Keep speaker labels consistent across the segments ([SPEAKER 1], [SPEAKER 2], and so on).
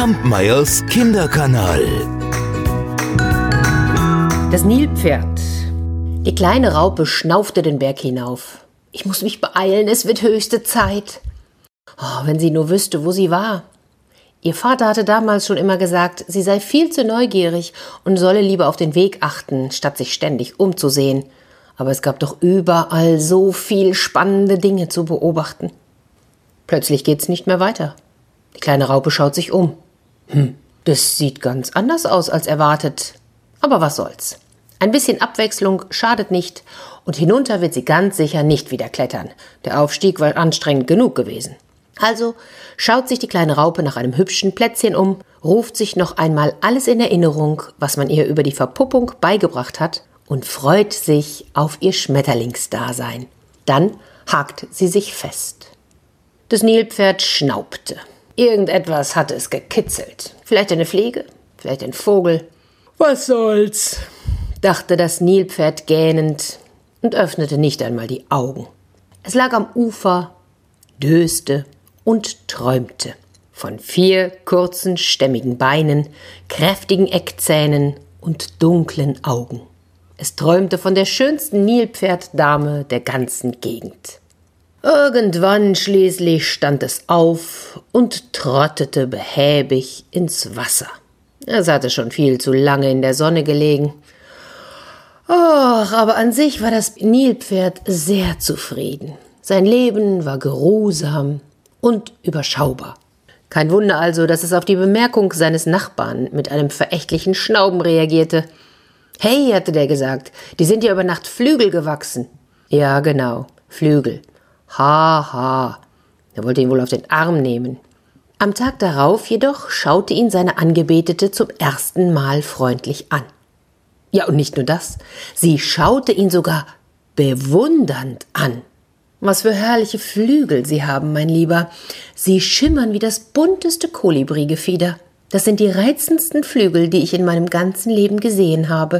[SPEAKER 1] Kampmeyers Kinderkanal.
[SPEAKER 2] Das Nilpferd. Die kleine Raupe schnaufte den Berg hinauf. Ich muss mich beeilen, es wird höchste Zeit. Oh, wenn sie nur wüsste, wo sie war. Ihr Vater hatte damals schon immer gesagt, sie sei viel zu neugierig und solle lieber auf den Weg achten, statt sich ständig umzusehen. Aber es gab doch überall so viel spannende Dinge zu beobachten. Plötzlich geht's nicht mehr weiter. Die kleine Raupe schaut sich um. Das sieht ganz anders aus als erwartet. Aber was soll's. Ein bisschen Abwechslung schadet nicht und hinunter wird sie ganz sicher nicht wieder klettern. Der Aufstieg war anstrengend genug gewesen. Also schaut sich die kleine Raupe nach einem hübschen Plätzchen um, ruft sich noch einmal alles in Erinnerung, was man ihr über die Verpuppung beigebracht hat und freut sich auf ihr Schmetterlingsdasein. Dann hakt sie sich fest. Das Nilpferd schnaubte. Irgendetwas hatte es gekitzelt. Vielleicht eine Fliege, vielleicht ein Vogel. Was soll's, dachte das Nilpferd gähnend und öffnete nicht einmal die Augen. Es lag am Ufer, döste und träumte von 4 kurzen, stämmigen Beinen, kräftigen Eckzähnen und dunklen Augen. Es träumte von der schönsten Nilpferddame der ganzen Gegend. Irgendwann schließlich stand es auf und trottete behäbig ins Wasser. Es hatte schon viel zu lange in der Sonne gelegen. Aber an sich war das Nilpferd sehr zufrieden. Sein Leben war geruhsam und überschaubar. Kein Wunder also, dass es auf die Bemerkung seines Nachbarn mit einem verächtlichen Schnauben reagierte. »Hey«, hatte der gesagt, »die sind ja über Nacht Flügel gewachsen.« »Ja, genau, Flügel. Ha. Er wollte ihn wohl auf den Arm nehmen. Am Tag darauf jedoch schaute ihn seine Angebetete zum ersten Mal freundlich an. Ja, und nicht nur das, sie schaute ihn sogar bewundernd an. »Was für herrliche Flügel Sie haben, mein Lieber. Sie schimmern wie das bunteste Kolibrigefieder. Das sind die reizendsten Flügel, die ich in meinem ganzen Leben gesehen habe.«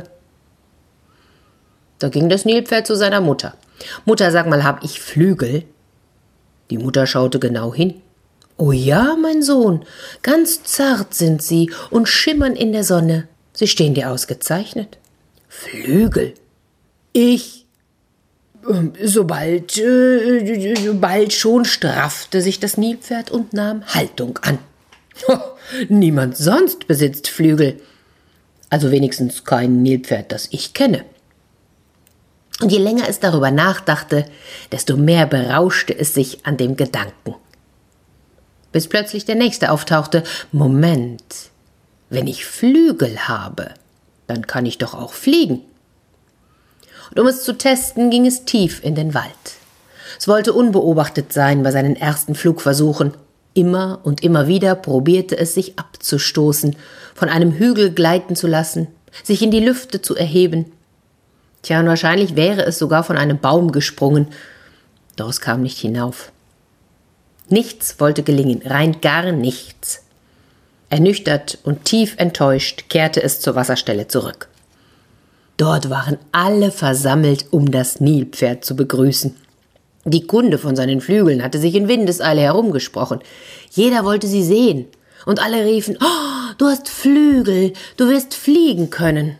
[SPEAKER 2] Da ging das Nilpferd zu seiner Mutter. »Mutter, sag mal, hab ich Flügel?« Die Mutter schaute genau hin. »Oh ja, mein Sohn, ganz zart sind sie und schimmern in der Sonne. Sie stehen dir ausgezeichnet.« »Flügel? Ich?« Sobald schon straffte sich das Nilpferd und nahm Haltung an. »Niemand sonst besitzt Flügel. Also wenigstens kein Nilpferd, das ich kenne.« Und je länger es darüber nachdachte, desto mehr berauschte es sich an dem Gedanken. Bis plötzlich der Nächste auftauchte. »Moment, wenn ich Flügel habe, dann kann ich doch auch fliegen.« Und um es zu testen, ging es tief in den Wald. Es wollte unbeobachtet sein bei seinen ersten Flugversuchen. Immer und immer wieder probierte es, sich abzustoßen, von einem Hügel gleiten zu lassen, sich in die Lüfte zu erheben. Tja, und wahrscheinlich wäre es sogar von einem Baum gesprungen, doch es kam nicht hinauf. Nichts wollte gelingen, rein gar nichts. Ernüchtert und tief enttäuscht kehrte es zur Wasserstelle zurück. Dort waren alle versammelt, um das Nilpferd zu begrüßen. Die Kunde von seinen Flügeln hatte sich in Windeseile herumgesprochen. Jeder wollte sie sehen, und alle riefen, »Oh, du hast Flügel, du wirst fliegen können.«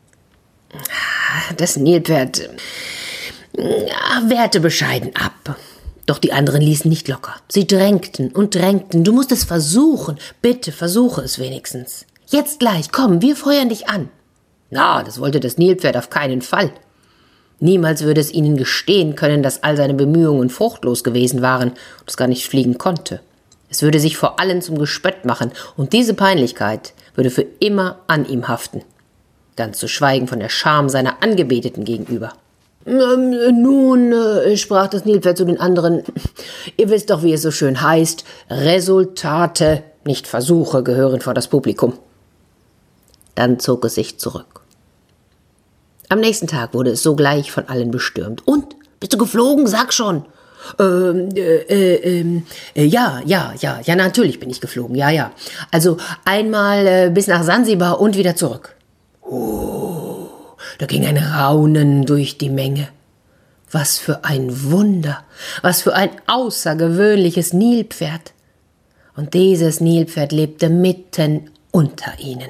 [SPEAKER 2] Das Nilpferd wehrte bescheiden ab. Doch die anderen ließen nicht locker. Sie drängten und drängten. »Du musst es versuchen. Bitte, versuche es wenigstens. Jetzt gleich, komm, wir feuern dich an.« Na, das wollte das Nilpferd auf keinen Fall. Niemals würde es ihnen gestehen können, dass all seine Bemühungen fruchtlos gewesen waren und es gar nicht fliegen konnte. Es würde sich vor allen zum Gespött machen und diese Peinlichkeit würde für immer an ihm haften. Ganz zu schweigen von der Scham seiner Angebeteten gegenüber. »Nun«, sprach das Nilpferd zu den anderen, »ihr wisst doch, wie es so schön heißt, Resultate, nicht Versuche, gehören vor das Publikum.« Dann zog es sich zurück. Am nächsten Tag wurde es sogleich von allen bestürmt. »Und? Bist du geflogen? Sag schon!« Ja, natürlich bin ich geflogen, ja. Also einmal bis nach Sansibar und wieder zurück.« Oh, da ging ein Raunen durch die Menge. Was für ein Wunder, was für ein außergewöhnliches Nilpferd. Und dieses Nilpferd lebte mitten unter ihnen.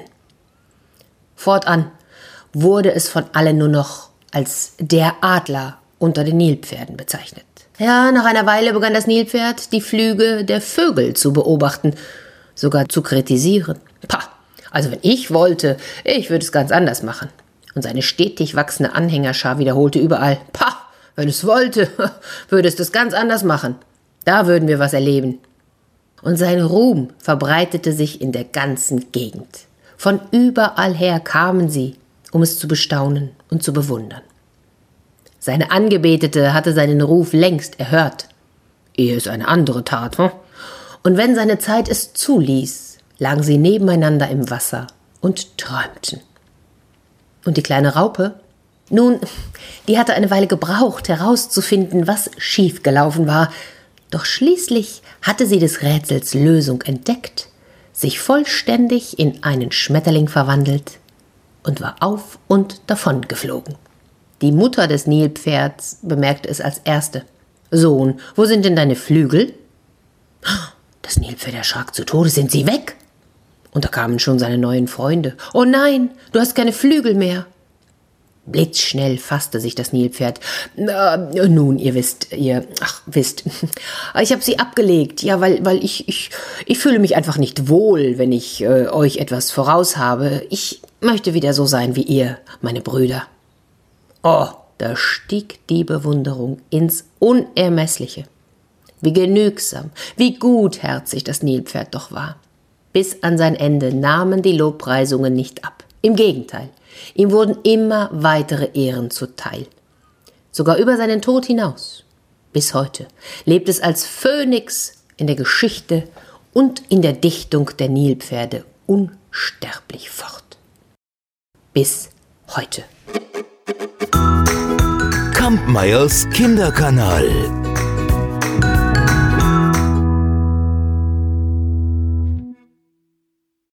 [SPEAKER 2] Fortan wurde es von allen nur noch als der Adler unter den Nilpferden bezeichnet. Ja, nach einer Weile begann das Nilpferd, die Flüge der Vögel zu beobachten, sogar zu kritisieren. Pah, also wenn ich wollte, ich würde es ganz anders machen. Und seine stetig wachsende Anhängerschar wiederholte überall: Pah, wenn es wollte, würde es das ganz anders machen. Da würden wir was erleben. Und sein Ruhm verbreitete sich in der ganzen Gegend. Von überall her kamen sie, um es zu bestaunen und zu bewundern. Seine Angebetete hatte seinen Ruf längst erhört, ehe es eine andere tat. Und wenn seine Zeit es zuließ, lagen sie nebeneinander im Wasser und träumten. Und die kleine Raupe? Nun, die hatte eine Weile gebraucht, herauszufinden, was schiefgelaufen war. Doch schließlich hatte sie des Rätsels Lösung entdeckt, sich vollständig in einen Schmetterling verwandelt und war auf und davon geflogen. Die Mutter des Nilpferds bemerkte es als erste. »Sohn, wo sind denn deine Flügel?« Das Nilpferd erschrak zu Tode. »Sind sie weg?« Und da kamen schon seine neuen Freunde. »Oh nein, du hast keine Flügel mehr!« Blitzschnell fasste sich das Nilpferd. »Nun, ihr wisst, ich habe sie abgelegt, ja, weil ich fühle mich einfach nicht wohl, wenn ich euch etwas voraus habe. Ich möchte wieder so sein wie ihr, meine Brüder.« Oh, da stieg die Bewunderung ins Unermessliche. Wie genügsam, wie gutherzig das Nilpferd doch war. Bis an sein Ende nahmen die Lobpreisungen nicht ab. Im Gegenteil, ihm wurden immer weitere Ehren zuteil. Sogar über seinen Tod hinaus. Bis heute lebt es als Phönix in der Geschichte und in der Dichtung der Nilpferde unsterblich fort. Bis heute.
[SPEAKER 1] Kampmeyers Kinderkanal.